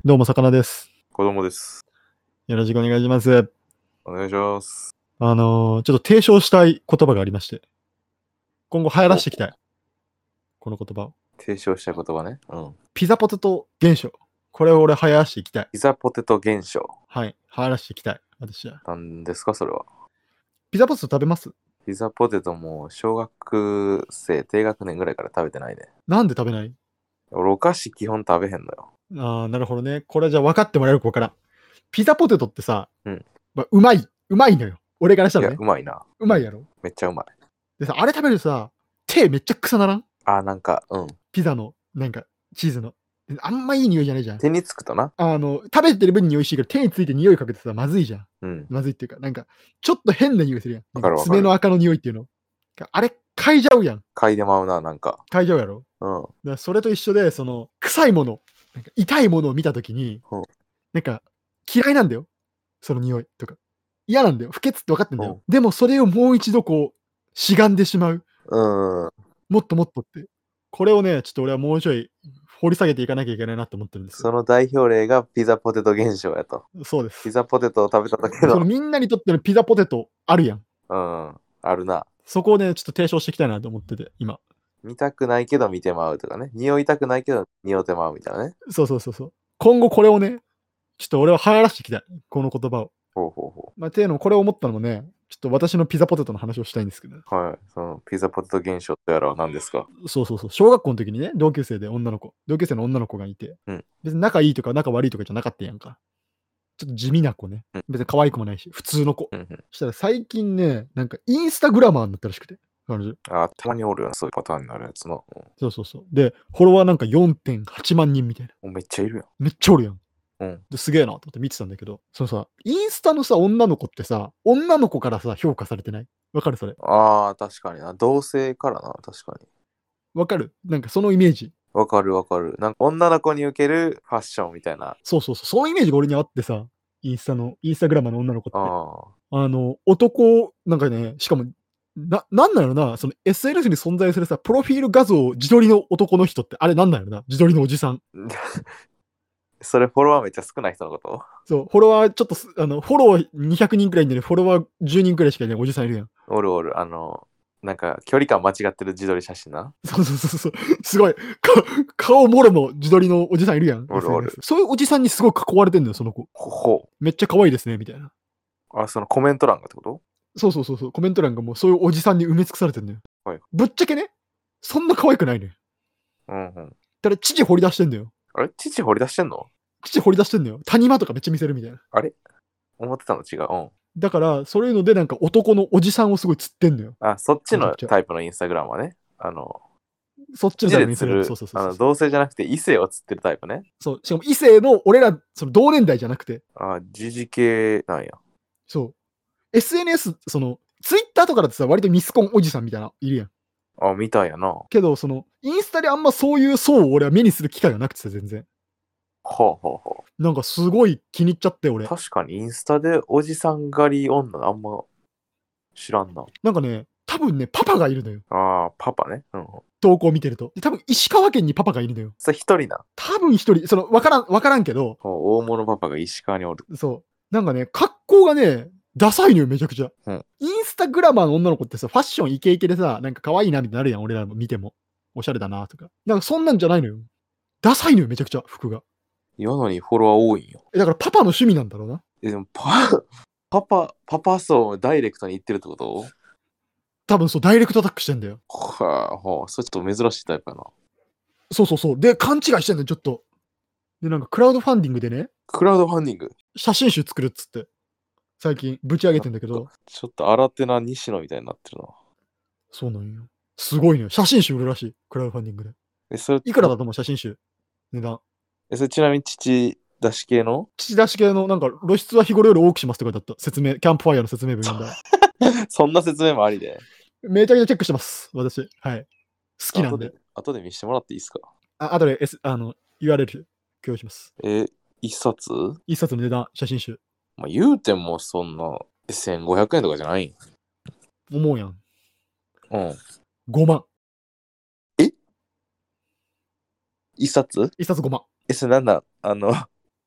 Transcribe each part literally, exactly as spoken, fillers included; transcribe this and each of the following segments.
どうも、魚です。 子供です。 よろしくお願いします。 お願いします。 あのー、ちょっと提唱したい言葉がありまして、今後流行らしていきたい。この言葉を。 提唱した言葉ね。うん。 ピザポテト現象。これを俺流行らしていきたい。 ピザポテト現象。 はい。流行らしていきたい。私は。 なんですか、それは。 ピザポテト食べます？ ピザポテトも小学生低学年ぐらいから食べてないね。 なんで食べない？ 俺お菓子基本食べへんのよ。 あー、なるほどね。これじゃあ分かってもらえるか分からん。ピザポテトってさ、 うんまあ、うまい。うまいのよ。俺からしたいや、 らね。 うまいな。 うまいやろ。 めっちゃうまい。 でさ、あれ食べるとさ、手めっちゃ臭ならん？ あ、なんか、うん。 ピザの、なんか、チーズの。であんまいい匂いじゃないじゃん。 手につくとな。 あの、食べてる分に美味しいけど、手について匂いかけてたらまずいじゃん。 うん。 まずいっていうか、なんか、ちょっと変な匂いするやん。 わかるわかる爪の赤の匂いっていうの。あれ、嗅いじゃうやん。 嗅いでまうな、なんか。 嗅いじゃうやろ。 うん。 だからそれと一緒で、その、臭いもの、なんか痛いものを見たときに、 うんなんか、嫌いなんだよ。その匂いとか。嫌なんだよ。不潔って分かってんだうんよ。でもそれをもう一度こう、しがんでしまう。 うん。 もっともっとって。これをね、ちょっと俺はもうちょい掘り下げていかなきゃいけないなと思ってるんですよ。 その代表例がピザポテト現象やと。 そうです。 ピザポテトを食べた時そのの。 みんなにとってのピザポテトあるやん。 うん。あるな。 そこをね、ちょっと提唱していきたいなと思ってて、今。 見たくないけど見てまうとかね。匂いたくないけど匂ってまうみたいなね。 そうそうそうそう。今後これをね、ちょっと俺は流行らしていきたい。この言葉を。 ほうほうほまあ、ていうのもこれを思ったのもね、ちょっと私のピザポテトの話をしたいんですけど、 う。はい。そのピザポテト現象とやらは何ですか？ そうそうそう。小学校の時にね、同級生で女の子、同級生の女の子がいて、 うん別に仲いいとか仲悪いとかじゃなかったやんか。ちょっと地味な子ね。 うん別に可愛くもないし、普通の子。 うんうん。 そしたら最近ね、なんかインスタグラマーになったらしくて、彼女。 あ、たまにおるよな、そういうパターンになるやつの。うんそうそうそう。で、フォロワーなんかよんてんはちまん人みたいな。 もうめっちゃいるやん。 めっちゃおるやん。 うん。 ですげえなと思って見てたんだけど、そのさ、インスタのさ、女の子ってさ、女の子からさ、評価されてない？わかるそれ？ ああ、確かにな。同性からな、確かに。 わかる？なんかそのイメージ。 わかるわかる。なんか女の子に受けるファッションみたいな。 そうそうそう、そのイメージが俺にあってさ、インスタの、インスタグラマーの女の子って。 ああの、男、なんかね、しかも、な、なんなのな、その エスエヌエス に存在するさ、プロフィール画像、自撮りの男の人って、あれなんなのな、自撮りのおじさん。 あ。それフォロワーめっちゃ少ない人のこと？ そう、フォロワーちょっとす、あの、フォローにひゃくにんくらいいんでね、フォロワーじゅうにんくらいしかいないおじさんいるやん。 おるおる。あの、なんか距離感間違ってる自撮り写真な。 そうそうそうそう。すごい。か顔もろの自撮りのおじさんいるやん。 おるおるエスエヌエス そういうおじさんにすごい囲われてんのよ、その子。 ほほめっちゃ可愛いですね、みたいな。 う。あ、そのコメント欄がってこと？ そうそうそうそう。コメント欄がもうそういうおじさんに埋め尽くされてんのよ。 はいぶっちゃけね、そんな可愛くないのよ。 うんうん。 ただ、父掘り出してんのよ。 あれ父掘り出してんの？ 父掘り出してんのよ。谷間とかめっちゃ見せるみたいな。 あれ思ってたの違う。うん。 だから、そういうのでなんか男のおじさんをすごい釣ってんのよ。 あ、そっちのめちゃくちゃタイプのインスタグラムはね。あの、 そっちのタイプにする。そうそうそうそう。 あの同性じゃなくて異性を釣ってるタイプね。 そう。しかも異性の俺ら、その同年代じゃなくて、 あ、時事系なんや。 そう。エスエヌエス、その、ツイッターとかだとさ、割とミスコンおじさんみたいな、いるやん。 あ、みたいやな。 けど、その、インスタであんまそういう層を俺は目にする機会がなくてさ、全然。 ほうほうほなんかすごい気に入っちゃって、 う。 俺。 確かにインスタでおじさん狩り女あんま知らんな。 なんかね、多分ね、パパがいるのよ。 ああ、パパね。うん。 投稿見てると。で多分石川県にパパがいるのよ。 それ一人な。 多分一人、その、わからん、わからんけど、 ほう大物パパが石川におる。 そう。なんかね、格好がね、ダサいのよ、めちゃくちゃ。 うんインスタグラマーの女の子ってさ、ファッションイケイケでさ、なんか可愛いなみたいになるやん、俺らも見ても。おしゃれだなとか。なんかそんなんじゃないのよ。ダサいのよ、めちゃくちゃ、服が。 やのにフォロワー多いんよ。 え、だからパパの趣味なんだろうな。 え、でもパ、パパ、パパ層ダイレクトに言ってるってこと？ 多分そう、ダイレクトアタックしてんだよ。 はあ、はあ、それちょっと珍しいタイプやな。 そうそうそう。で、勘違いしてんのよ、ちょっと。で、なんかクラウドファンディングでね、 クラウドファンディング。 写真集作るっつって、最近ぶち上げてんだけど、 ちょっと新手な西野みたいになってるな。 そうなんよ。すごいのよ。写真集売るらしい、クラウドファンディングで。 え、それ、 いくらだと思う、写真集。値段。 え、それちなみに父出し系の父出し系の、なんか露出は日頃より多くしますって書いてあった。説明、キャンプファイヤーの説明文読んだら。 そんな説明もありで。 めちゃくちゃチェックしてます、私。はい。好きなんで。 後で、後で見せてもらっていいですか？ あ、あとで、S、あの、ユーアールエル 共有します。 え、一冊一冊の値段、写真集。 まあ、言うてもそんなせんごひゃくえんとかじゃないん。 思うやん。 うん。 ごまん。 一冊一冊ごまん。 え、それなんだあの、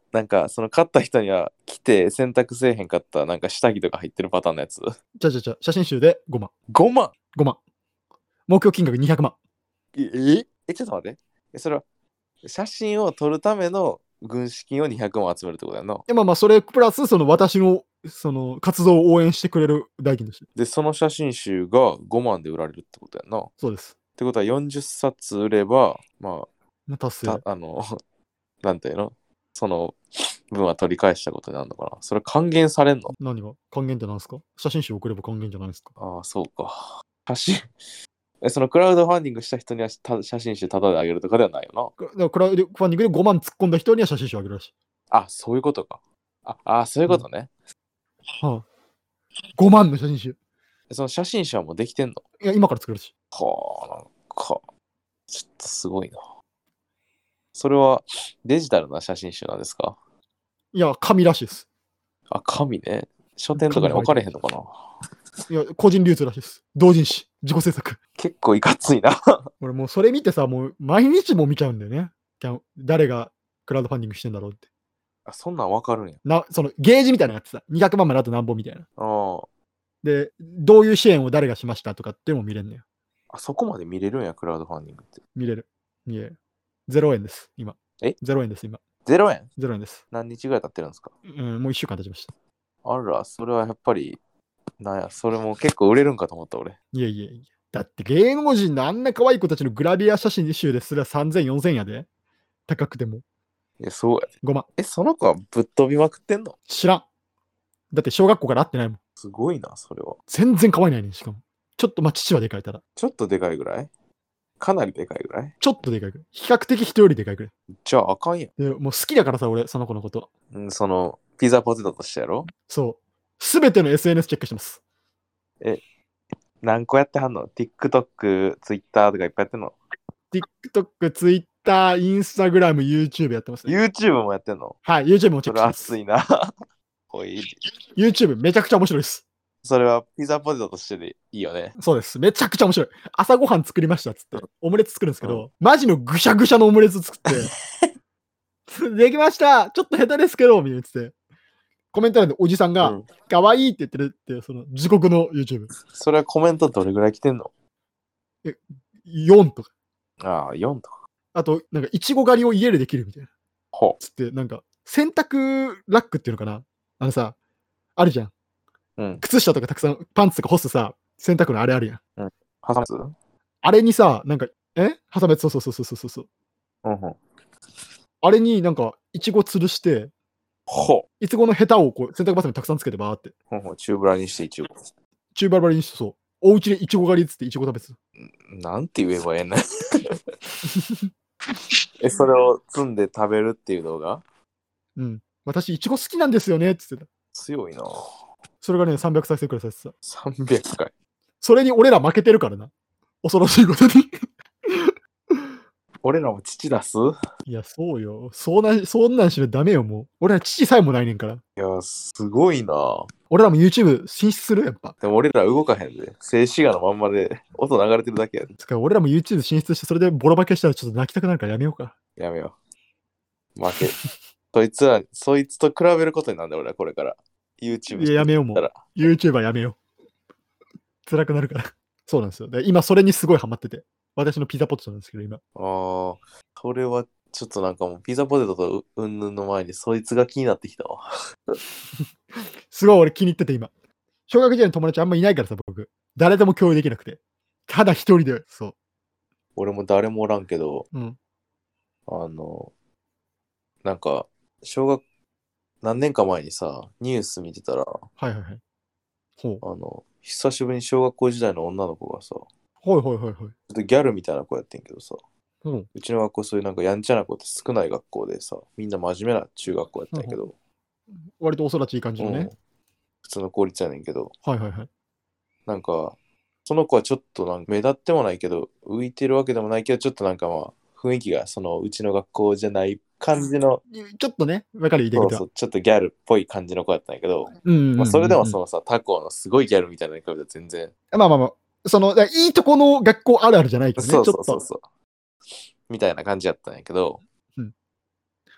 なんかその買った人には着て洗濯せえへんかったなんか下着とか入ってるパターンのやつ。 じゃじゃじゃ写真集でごまん。 ごまん。 ごまん。目標金額にひゃくまん。 えええ、ちょっと待って。え、それは写真を撮るための軍資金をにひゃくまん集めるってことやな。 でまあまあ、それプラス、その私のその活動を応援してくれる代金として。 で、その写真集がごまんで売られるってことやな。っそうです。 てことはよんじゅっさつ売れば、まあ、 達成。 たあの、なんていうのその分は取り返したことになるのかな。それ還元されんの？ 何が還元って何ですか？写真集送れば還元じゃないですか。 ああ、そうか。写真、え、そのクラウドファンディングした人にはた写真集タダであげるとかではないよだからクラウドファンディングでごまん突っ込んだ人には写真集あげるらしい。 な。あ、そういうことか。あ、あそういうことね。 はあ、ごまんの写真集。 その写真集はもうできてんの？ いや、今から作るし。 はあ、なんか、ちょっとすごいな。それはデジタルな写真集なんですか？ いや、紙らしいです。 あ、紙ね。書店とかに分かれへんのかな？ いや、個人流通らしいです。同人誌、自己制作。 結構いかついな。 俺もうそれ見てさ、もう毎日も見ちゃうんだよね。誰がクラウドファンディングしてんだろうって。 あ、そんなん分かるんや。 な、そのゲージみたいなのやってさ、にひゃくまんまであと何本みたいな。 あで、どういう支援を誰がしましたとかっていうのも見れるのよ。 あ、そこまで見れるんや、クラウドファンディングって。 見れる。見れる。ゼロえんです、今。 え ? ゼロえんです、今。 ゼロえんゼロえんです。 何日ぐらい経ってるんですか？ うん、もういっしゅうかん経ちました。 あら、それはやっぱり、なんや、それも結構売れるんかと思った、俺。 いやいやいや。だって芸能人のあんな可愛い子たちのグラビア写真集ですらさんぜん、よんせんやで。高くても。 いや、そうやで。 ごまん。 え、その子はぶっ飛びまくってんの？ 知らん。だって小学校から会ってないもん。 すごいな、それは。 全然可愛いないねん、しかも。ちょっと、まあ、父はでかいたら。 ちょっとでかいぐらい？かなりでかいぐらい？ ちょっとでかいぐらい。比較的人よりでかいぐらい。 じゃああかんやん。 でもう好きだからさ、俺、その子のこと。 うん、その、ピザポテトとしてやろ？ そう。すべての エスエヌエス チェックしてます。 何個やってはんの？ TikTok、Twitter とかいっぱいやってんの？ TikTok、Twitter、Instagram、YouTube やってますね。 YouTube もやってんの？ はい、YouTube もチェそれックしてます。 熱いな。おい、 YouTube めちゃくちゃ面白いです。 それはピザポテトとしてでいいよね。 そうです。めちゃくちゃ面白い。朝ごはん作りましたっつってうん、 オムレツ作るんですけど、 うんマジのぐしゃぐしゃのオムレツ作って、できましたちょっと下手ですけどみたいな言ってて、コメント欄でおじさんが、 うん。 可愛いって言ってるっていう、その自国の YouTube。 それはコメントどれぐらい来てんの？ よんとか。 ああ、よんとか。 あと、なんか、いちご狩りを家でできるみたいな。 ほつって、なんか、洗濯ラックっていうのかなあのさ、あるじゃん。 う。うん。 靴下とかたくさん、パンツとか干すさ、洗濯のあれあるやん。 挟むやつ？ あれにさ、なんか、え挟めそうそうそうそうそうそう。 うんうん。 あれになんか、いちご吊るして、 ほいちごのヘタをこう洗濯バサミにたくさんつけてバーって。 う。ほうほう。チューブラにしていちご。 中バラバラにしてそう。お家でいちご狩りっつっていちご食べてた。 なんて言えばええねん。え、それを積んで食べるっていう動画？ うん。私、いちご好きなんですよねっつってた。 強いな。 それがね、さんびゃく再生くらいされてた。 さんびゃくかい。 それに俺ら負けてるからな。恐ろしいことに。 俺らも父出す？ いや、そうよ。そんな、そんなんしなダメよ、もう。俺ら父さえもないねんから。 いや、すごいな。 俺らも YouTube 進出するやっぱ。 でも俺ら動かへんで。静止画のまんまで音流れてるだけやで。 つか俺らも YouTube 進出して、それでボロ負けしたらちょっと泣きたくなるからやめようか。 やめよう。負け。そいつは、そいつと比べることになるんだ俺はこれから。YouTube いややめようもうしたら。 YouTuber やめよう。辛くなるから。そうなんですよ。で今それにすごいハマってて。私のピザポテトなんですけど、今。 ああ、それはちょっとなんかもうピザポテトとうんぬんの前にそいつが気になってきたわ。 すごい俺気に入ってて今。小学時代の友達あんまいないからさ、僕。誰でも共有できなくて。ただ一人で、そう。 俺も誰もおらんけど、 うん。 あの、なんか、小学、何年か前にさ、ニュース見てたら、 はいはいはい。ほう。 あの、久しぶりに小学校時代の女の子がさ、ちょはいはいはいはい。 っとギャルみたいな子やってんけどさ、 うん。 うちの学校そういうなんかやんちゃな子って少ない学校でさ、みんな真面目な中学校やったんやけど、 割とお育ちいい感じのね。 うん普通の公立やねんけど、 はいはいはい。 なんか、その子はちょっとなんか目立ってもないけど、浮いてるわけでもないけど、ちょっとなんかまあ、雰囲気がそのうちの学校じゃない感じの、 ちょっとね、わかる言いたいことは。 そうそう、ちょっとギャルっぽい感じの子やったんやけど、 うんうんうんうん。 まあ、それでもそのさ、他校のすごいギャルみたいなのに比べたら全然、 まあまあまあ、その、だからいいとこの学校あるあるじゃないけどね、 そうちょっと。 そうそうそう、みたいな感じやったんやけど、 うん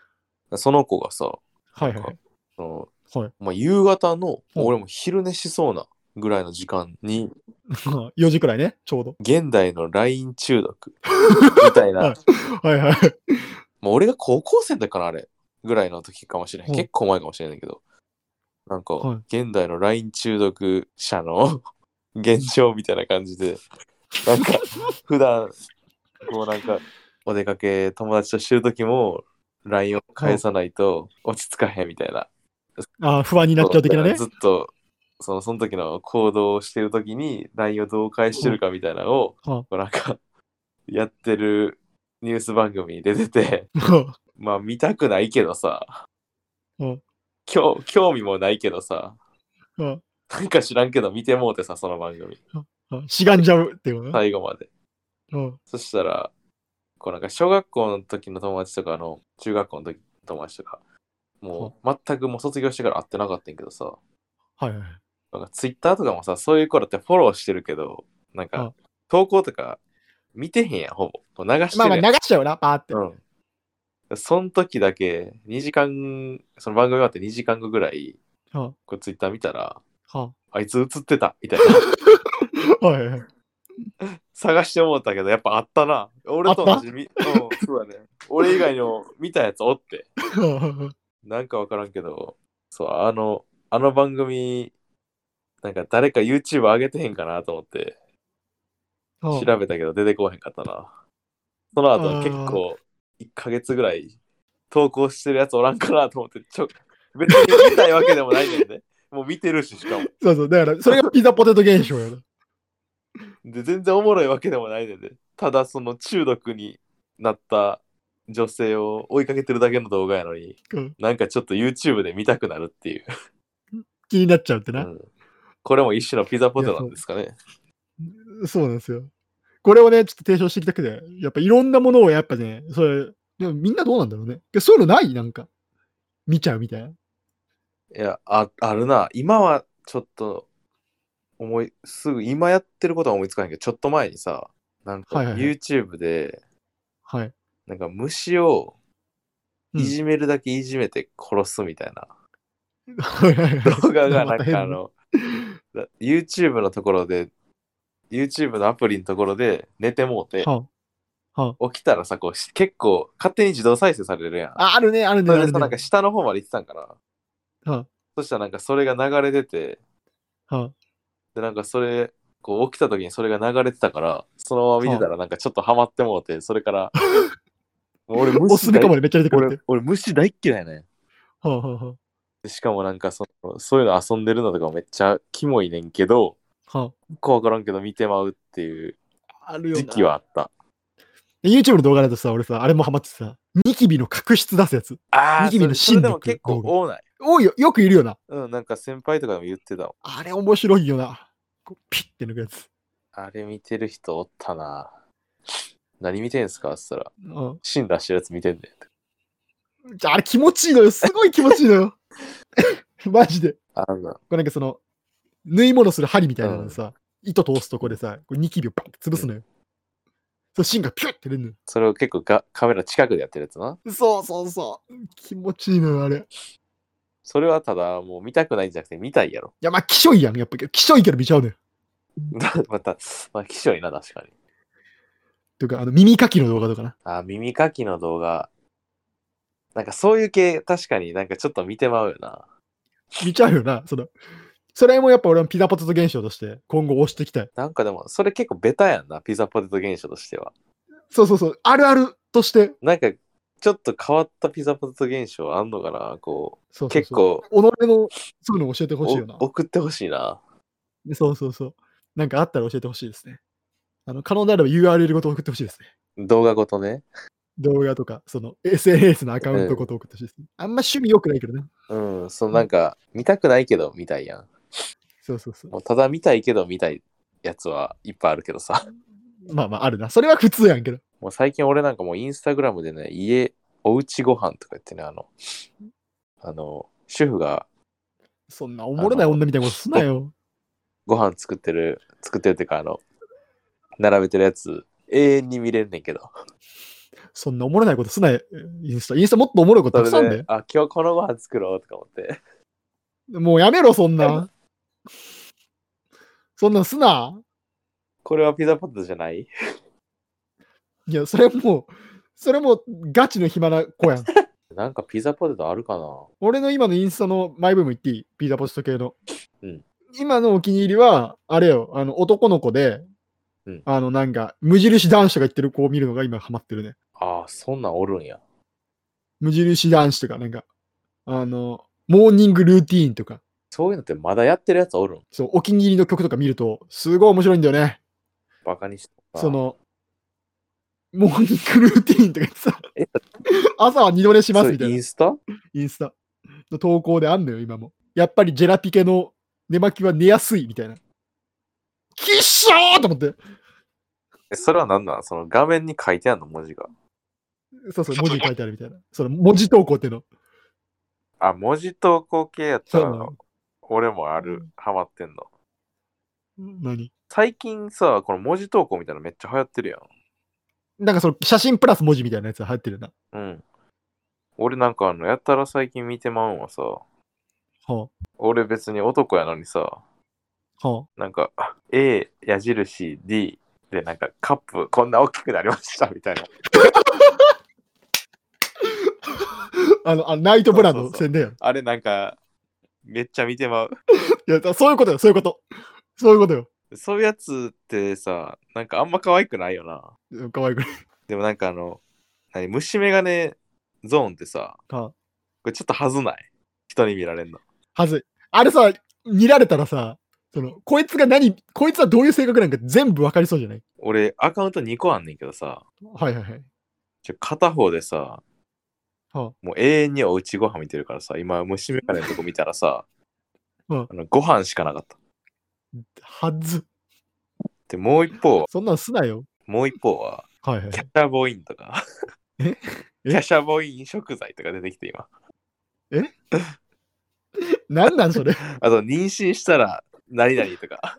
その子がさ、 はいはいはい。 そのはい。 まあ、夕方の、 うん俺も昼寝しそうなぐらいの時間に、 よじくらいね、ちょうど。 現代の ライン 中毒みたいな、 はいはいはい。 もう俺が高校生だからあれぐらいの時かもしれん。 うん結構前かもしれないけど、なんか、 はい現代の ライン 中毒者の現状みたいな感じで、なんか、普段、こうなんか、お出かけ友達としてる時も、ライン を返さないと落ち着かへんみたいな。 ああ、不安になっちゃう的なね。 ずっと、その、その時の行動をしてる時に、ライン をどう返してるかみたいなのを、 はこうなんか、やってるニュース番組に出てて、 あまあ見たくないけどさ、 うん興興味もないけどさ、 うんなんか知らんけど見てもうてさ、その番組。 うんしがんじゃうっていうね。 最後まで。 うんそしたら、こうなんか小学校の時の友達とかの、中学校の時の友達とか、もう全くもう卒業してから会ってなかったんけどさ、 はいはい。 なんかツイッターとかもさ、そういう頃ってフォローしてるけど、なんかあ投稿とか見てへんやん、ほぼ。もう流してまあまあるやん。 流しちゃうな、パーって。 うん。その時だけにじかん、その番組終わってにじかんごぐらい、 はこうツイッター見たら、 あはあいつ映ってたみたいな。 あはいはいはい。 探して思ったけど、やっぱあったな。俺と同じみ、うん、そうだね。俺以外の見たやつおって。なんかわからんけど、そう、あの、あの番組、なんか誰か YouTube 上げてへんかなと思って調べたけど出てこへんかったな。その後結構いっかげつぐらい投稿してるやつおらんかなと思って、ちょ、別に見たいわけでもないねんで。もう見てるし、しかも。 そうそう、だからそれがピザポテト現象やな。 で、全然おもろいわけでもないねんで。ただその中毒になった女性を追いかけてるだけの動画やのに、 うんなんかちょっと YouTube で見たくなるっていう。 気になっちゃうってな。 うん、これも一種のピザポテトなんですかね。 そうなんですよ。これをね、ちょっと提唱していきたくて、やっぱいろんなものをやっぱね、それ、でもみんなどうなんだろうね。そういうのないなんか、見ちゃうみたいな。 いや、あ、あるな。今はちょっと思い、すぐ今やってることは思いつかないけど、ちょっと前にさ、なんかはいはいはい。 YouTube で、 はい。 なんか虫をうんいじめるだけいじめて殺すみたいなはいはいはい動画がなんまた変なかあの、YouTube のところで、YouTube のアプリのところで寝てもうて、 はあ、は起きたらさ、こうし結構勝手に自動再生されるやん。 あ。あ、あるね、あるね、 それでさ、 あるね。 なんか下の方まで行ってたんかな。 はそしたらなんかそれが流れてて、 あ、はで、なんかそれ、こう起きた時にそれが流れてたから、そのまま見てたらなんかちょっとハマってもうて、それから、もう俺あ。おすす虫大めかもね、めっちゃ出てくるっ俺て。 俺虫大っ嫌いね。 はあ、はあ、はでしかもなんかその、そういうの遊んでるのとかめっちゃキモいねんけど、 あ。はよくわからんけど見てまうっていうあ。あるよな。 時期はあった。 YouTube の動画だとさ、俺さ、あれもハマってさ、ニキビの角質出すやつ。 ああ、 ニキビのそれ新力でも結構動画。 多ない。 多いよ、よくいるよな。 うん、なんか先輩とかでも言ってたわ。 あれ面白いよな。こうピッて抜くやつ。 あれ見てる人おったな。何見てんすかって言ったら、 うん。 芯出してるやつ見てんねん。 じゃあ、あれ気持ちいいのよ。すごい気持ちいいのよ。マジで。 あんな。 これなんかその、縫い物する針みたいなのでさ、糸通すとこでさ、これニキビをパンって潰すのよ。そう、芯がピュッて出るのよ。 それを結構がカメラ近くでやってるやつな。 そうそうそう。気持ちいいのよ、あれ。いそれはただもう見たくないんじゃなくて見たいやろ。 や、まあ、きしょいやん。やっぱ、きしょいけど見ちゃうのよ。 また、まあ、きしょいな、確かに。 というか、あの、耳かきの動画とかな。 あ、耳かきの動画。なんかそういう系、確かになんかちょっと見てまうよな。 見ちゃうよな。その、それもやっぱ俺はピザポテト現象として今後推していきたい。 なんかでも、それ結構ベタやんな、ピザポテト現象としては。 そうそうそう。あるあるとして。 なんか、ちょっと変わったピザポテト現象あんのかな、こう。 そうそうそう結構、 己のそういうの教えてほしいよな。 送ってほしいな。 そうそうそう。なんかあったら教えてほしいですね。あの、可能であれば ユーアールエル ごと送ってほしいですね。 動画ごとね。 動画とか、その エスエヌエス のアカウントごと送ってほしいですね。あんま趣味良くないけどね。 うん、そのなんか、見たくないけど見たいやん。 そうそうそう。 もうただ見たいけど見たいやつはいっぱいあるけどさ。 まあまああるな。それは普通やんけど。 もう最近俺なんかもうインスタグラムでね、家、おうちご飯とか言ってね、あの、あの、主婦がそんなおもろない女みたいなことすなよ。 ご飯作ってる、作ってるっていうか、あの、並べてるやつ、永遠に見れんねんけど。 そんなおもろないことすなよ、インスタ。インスタもっとおもろいことたくさんで。 あ、今日このご飯作ろうとか思って。 もうやめろ、そんな。そんなんすな。 これはピザポテトじゃない？ いや、それもう、それもガチの暇な子やん。 なんかピザポテトあるかな？ 俺の今のインスタのマイブーム言っていい？ピザポテト系の。 うん。 今のお気に入りは、あれよ、あの、男の子で、 うん、 あの、なんか、無印男子とか言ってる子を見るのが今ハマってるね。 ああ、そんなんおるんや。 無印男子とか、なんか、あの、モーニングルーティーンとか。 そういうのってまだやってるやつおるん？ そう、お気に入りの曲とか見ると、すごい面白いんだよね。 バカにした。 その、モーニングルーティーンとか言ってさ、 え朝は二度寝しますみたいな。 インスタインスタの投稿であんのよ、今も。やっぱりジェラピケの寝巻きは寝やすいみたいな。きっしょーと思って。 え、それは何なの？その画面に書いてあるの？文字が。 そうそう、文字書いてあるみたいな。その文字投稿っていうの。 あ、文字投稿系やったらそうなの、 俺もある、 うん、 ハマってんの。 何？ 最近さ、この文字投稿みたいなのめっちゃ流行ってるやん。 なんかその写真プラス文字みたいなやつが入ってるな。 うん。俺なんかあの、やったら最近見てまうんはさ、はあ、 俺別に男やのにさ、 はあ、 なんか A 矢印 D でなんかカップこんな大きくなりましたみたいな。 あの、あナイトブランド宣伝やん。 あれなんかめっちゃ見てまう。 いや、そういうことよ、そういうこと。そういうことよ。 そういうやつってさ、なんかあんま可愛くないよな。 かわいくない。 でもなんかあの、何、虫眼鏡ゾーンってさ、 はあ、 これちょっとはずない？人に見られんの。 はずい。あれさ、見られたらさ、その、こいつが何、こいつはどういう性格なんか全部わかりそうじゃない？ 俺、アカウントにこあんねんけどさ、 はいはいはい。 ちょ片方でさ、 はあ、 もう永遠におうちご飯見てるからさ、今、虫眼鏡のとこ見たらさ、 はあ、 あのご飯しかなかった。 はず。 で、もう一方、 そんなんすなよ。 もう一方は、 はいはい。 キャシャボインとか、 えキャシャボイン食材とか出てきて今。 えなんなんそれ。 あと、妊娠したら何々とか。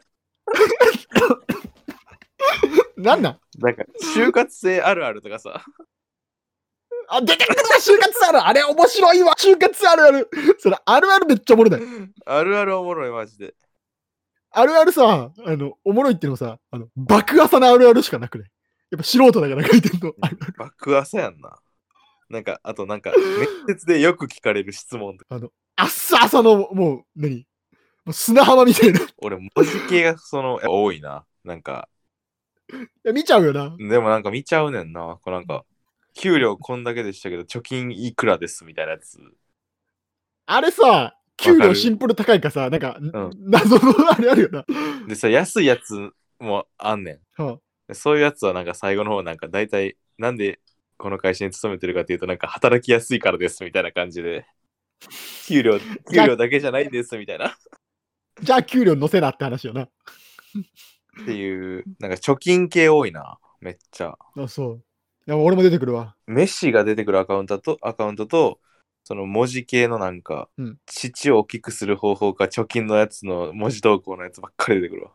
なんなんなんか、就活生あるあるとかさ。 あ、出てくるな、就活あるあれ面白いわ、就活あるある。それ、あるあるめっちゃおもろい。 あるあるおもろい、マジで。 あるあるさ、あの、おもろいっていうのさ、あの、爆朝なあるあるしかなくね。やっぱ素人だから書いてんの。 爆朝やんな。なんか、あとなんか、面接でよく聞かれる質問とか。 あの、朝朝の、もう、何もう砂浜みたいな。い俺、文字系がその、多いな。なんか。 や、見ちゃうよな。 でもなんか見ちゃうねんな。こうなんか、給料こんだけでしたけど、貯金いくらですみたいなやつ。 あれさ、給料シンプル高いかさ、なんか、うん、謎のあれあるよな。 でさ、安いやつもあんねん。はあ、そういうやつはなんか最後の方なんか大体、なんでこの会社に勤めてるかっていうと、なんか働きやすいからですみたいな感じで、給料、給料だけじゃないんですみたいな。 じゃあ給料乗せなって話よな。 っていう、なんか貯金系多いな、めっちゃ。 あ、そう。いや、俺も出てくるわ。 メッシが出てくるアカウントと、アカウントと、その文字系のなんか、うん、父を大きくする方法か貯金のやつの文字投稿のやつばっかり出てくるわ。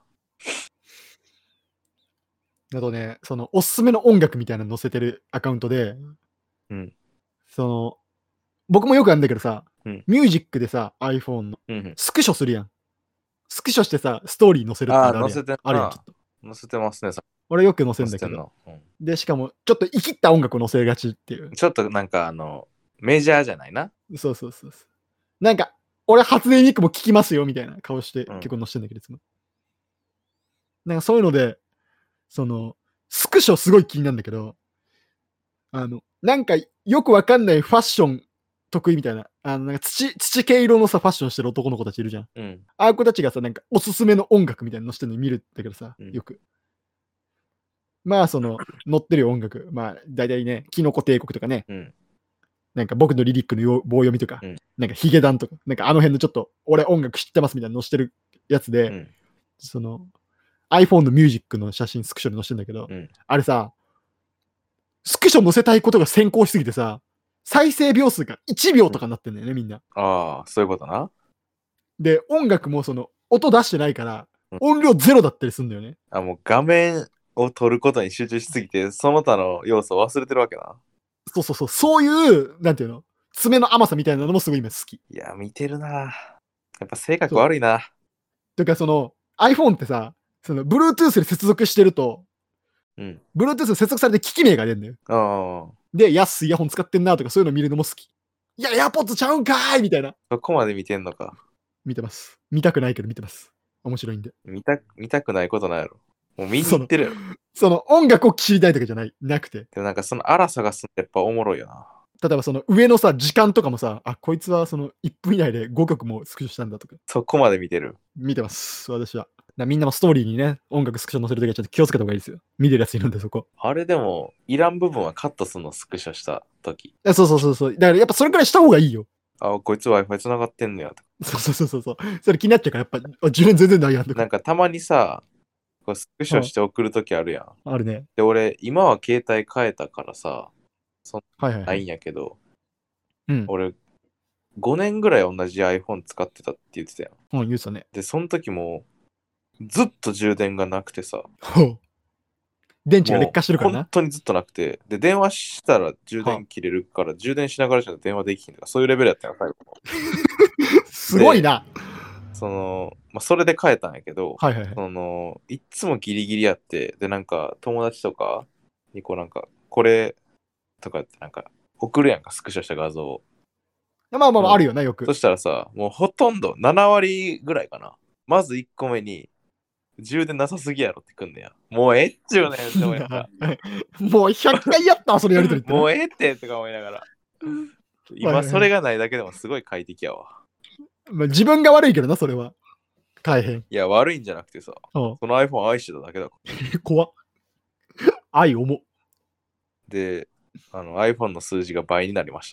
あとね、そのおすすめの音楽みたいなの載せてるアカウントで、うん、その、僕もよくあるんだけどさ、うん、ミュージックでさ、iPhone の、うん、スクショするやん。スクショしてさ、ストーリー載せるってあるやん。 あ、載せてあるやん、きっと。 載せてますね。 俺よく載せるんだけど、うん。で、しかも、ちょっと生きった音楽を載せがちっていう。 ちょっとなんかあの、メジャーじゃないな。 そうそうそう。なんか、俺初音ミクも聴きますよみたいな顔して結構載せてんだけど、いつも。なんかそういうので、その、スクショすごい気になるんだけど、あの、なんかよくわかんないファッション得意みたいな、あの、なんか土、土系色のさ、ファッションしてる男の子たちいるじゃん。うん、ああいう子たちがさ、なんかおすすめの音楽みたいなのしてるの見るんだけどさ、よく。うん、まあ、その、載ってる音楽、まあ、大体ね、キノコ帝国とかね、うん、なんか僕のリリックの棒読みとか、うん、なんかヒゲダンとか、なんかあの辺のちょっと、俺音楽知ってますみたいなの載してるやつで、うん、その、iPhone のミュージックの写真スクショで載せてんだけど、うん、あれさ、スクショ載せたいことが先行しすぎてさ、再生秒数がいちびょうとかになってんだよね、みんな。 ああ、そういうことな。 で、音楽もその、音出してないから、音量ゼロだったりするんだよね。 あ、もう画面を撮ることに集中しすぎて、その他の要素を忘れてるわけな。 そうそうそう、そういう、なんていうの、爪の甘さみたいなのもすごい今好き。 いや、見てるな。やっぱ性格悪いな。 というか、その iPhone ってさ、その Bluetooth で接続してると、 うん。 Bluetooth で接続されて機器名が出るんだよ。 ああ。 で、安いイヤホン使ってんなとかそういうの見るのも好き。いや、AirPods ちゃうんかーいみたいな。 そこまで見てんのか。 見てます。見たくないけど見てます。面白いんで。 見た見たくないことないやろ。もう見に行ってるやろ。 その音楽を知りたいとかじゃない、なくて。 でもなんかその荒さがすんやっぱおもろいよな。 例えばその上のさ、時間とかもさ、あ、こいつはそのいっぷん以内でごきょくもスクショしたんだとか。 そこまで見てる。 見てます、私は。みんなもストーリーにね、音楽スクショ載せるときはちょっと気をつけた方がいいですよ。見てるやついるんで、そこ。 あれでも、いらん部分はカットするのスクショした時。 そうそうそうそう。だからやっぱそれくらいした方がいいよ。 あ、こいつ Wi-Fi 繋がってんのやと。 そうそうそうそう。それ気になっちゃうから、やっぱ、あ、充電全然ないやんとか。 なんかたまにさ、こうスクショして送るときあるやん。 あるね。 で、俺、今は携帯変えたからさ、そんはいはい、はい。 なないんやけど、 うん。 俺、ごねんぐらい同じ iPhone 使ってたって言ってたやん。 うん、言うてたね。 で、その時も、ずっと充電がなくてさ、 ほう。電池が劣化してるから本な。 当にずっとなくて、で、電話したら充電切れるから、充電しながらしか電話できひんとか、そういうレベルやったよ、最後。 すごいな。 その、まあ、それで変えたんやけど、 はいはいはい。 その、いっつもギリギリやって、で、なんか、友達とかにこうなんか、これとかってなんか、送るやんか、スクショした画像を。 まあまあまあ、 うんあるよな、よくそ。したらさ、もうほとんどなな割ぐらいかな。まずいっこめに、充電なさすぎやろってくんねや。もうええっちゅうねんって思いながら。 もうひゃっかいやったわ、それやりとりってな。 もうええってとか思いながら。今それがないだけでもすごい快適やわ。 まあ、自分が悪いけどな、それは。大変。 いや、悪いんじゃなくてさ、 うんその iPhone 愛してただけだから。 怖っ。愛重っ。 で、あの iPhone の数字が倍になりました。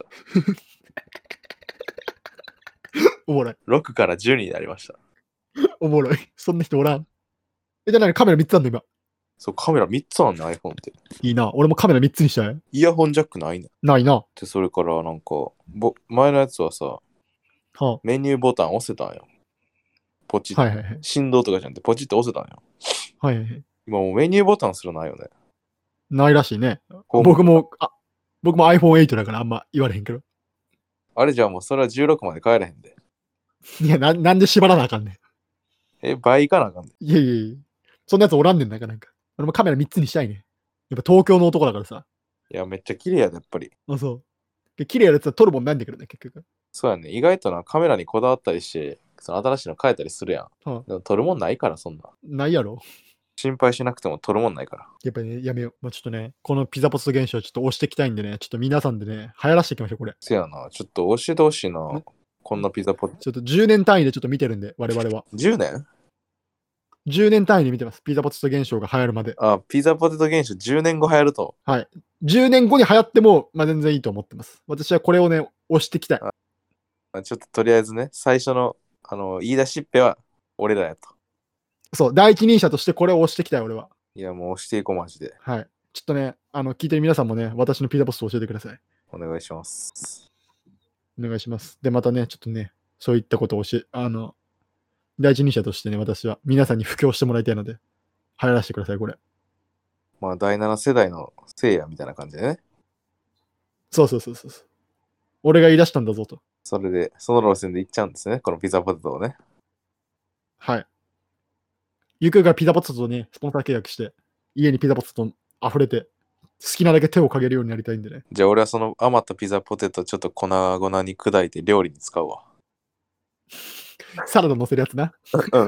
おもろい。 ろくからじゅうになりました。 おもろい。そんな人おらん。え、じゃあ何カメラみっつあんの今。 そう、カメラみっつあんね iPhone って。 いいな。俺もカメラみっつにしたい。 イヤホンジャックないねん。 ないな。 で、それからなんか、ぼ前のやつはさ、 はメニューボタン押せたんよ。ポチッ、 あ、はいはいはい。 振動とかじゃなくてポチッと押せたんよ。 はいはいはい。 今もうメニューボタンすらないよね。 ないらしいね。 ホーム僕も、あ、僕も アイフォンエイト だからあんま言われへんけど。 あれじゃあもうそれはじゅうろくまで帰れへんで。 いや、ななんで縛らなあかんねえ、倍いかなあかんで。 ん。いやいやいや。そんなやつおらんねんなかなんか。俺もカメラみっつにしたいね。やっぱ東京の男だからさ。 いや、めっちゃ綺麗やで、やっぱり。 あ、そう。で綺麗なやつは撮るもんないんだけどね、結局。 そうやね。意外とな、カメラにこだわったりして、その新しいの変えたりするやん。 はあ、 でも撮るもんないから、そんな。 ないやろ。 心配しなくても撮るもんないから。 やっぱりね、やめよう。まあ、ちょっとね、このピザポテト現象ちょっと押していきたいんでね、ちょっと皆さんでね、流行らしていきましょう、これ。 せやな、ちょっと教えてほしいな。 んこんなピザポテト。 ちょっとじゅうねん単位でちょっと見てるんで、我々は。 じゅうねんじゅうねん単位で見てます。ピザポテト現象が流行るまで。 あ、ピザポテト現象じゅうねんご流行ると。 はい。じゅうねんごに流行っても、まあ、全然いいと思ってます。私はこれをね、押していきたい。 あちょっととりあえずね、最初の、あの、言い出しっぺは俺らやと。 そう、第一人者としてこれを押していきたい、俺は。 いや、もう押していこう、マジで。 はい。ちょっとね、あの、聞いてる皆さんもね、私のピザポテトを教えてください。 お願いします。 お願いします。で、またね、ちょっとね、そういったことを教え、あの、第一人者としてね、私は皆さんに布教してもらいたいので、流行らせてください、これ。 まあ、だいなな世代の聖夜みたいな感じでね。 そうそうそうそう。俺が言い出したんだぞと。 それで、その路線で行っちゃうんですね。このピザポテトをね。 はい。ゆくがピザポテトとね、スポンサー契約して、家にピザポテト溢れて、好きなだけ手をかけるようになりたいんでね。 じゃあ俺はその余ったピザポテトちょっと粉々に砕いて料理に使うわ。 サラダ乗せるやつな。 うん。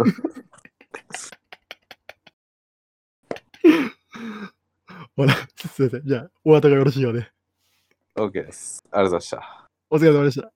ほら、すいません。じゃあ、お後がよろしいようで。 OK です。ありがとうございました。 お疲れ様でした。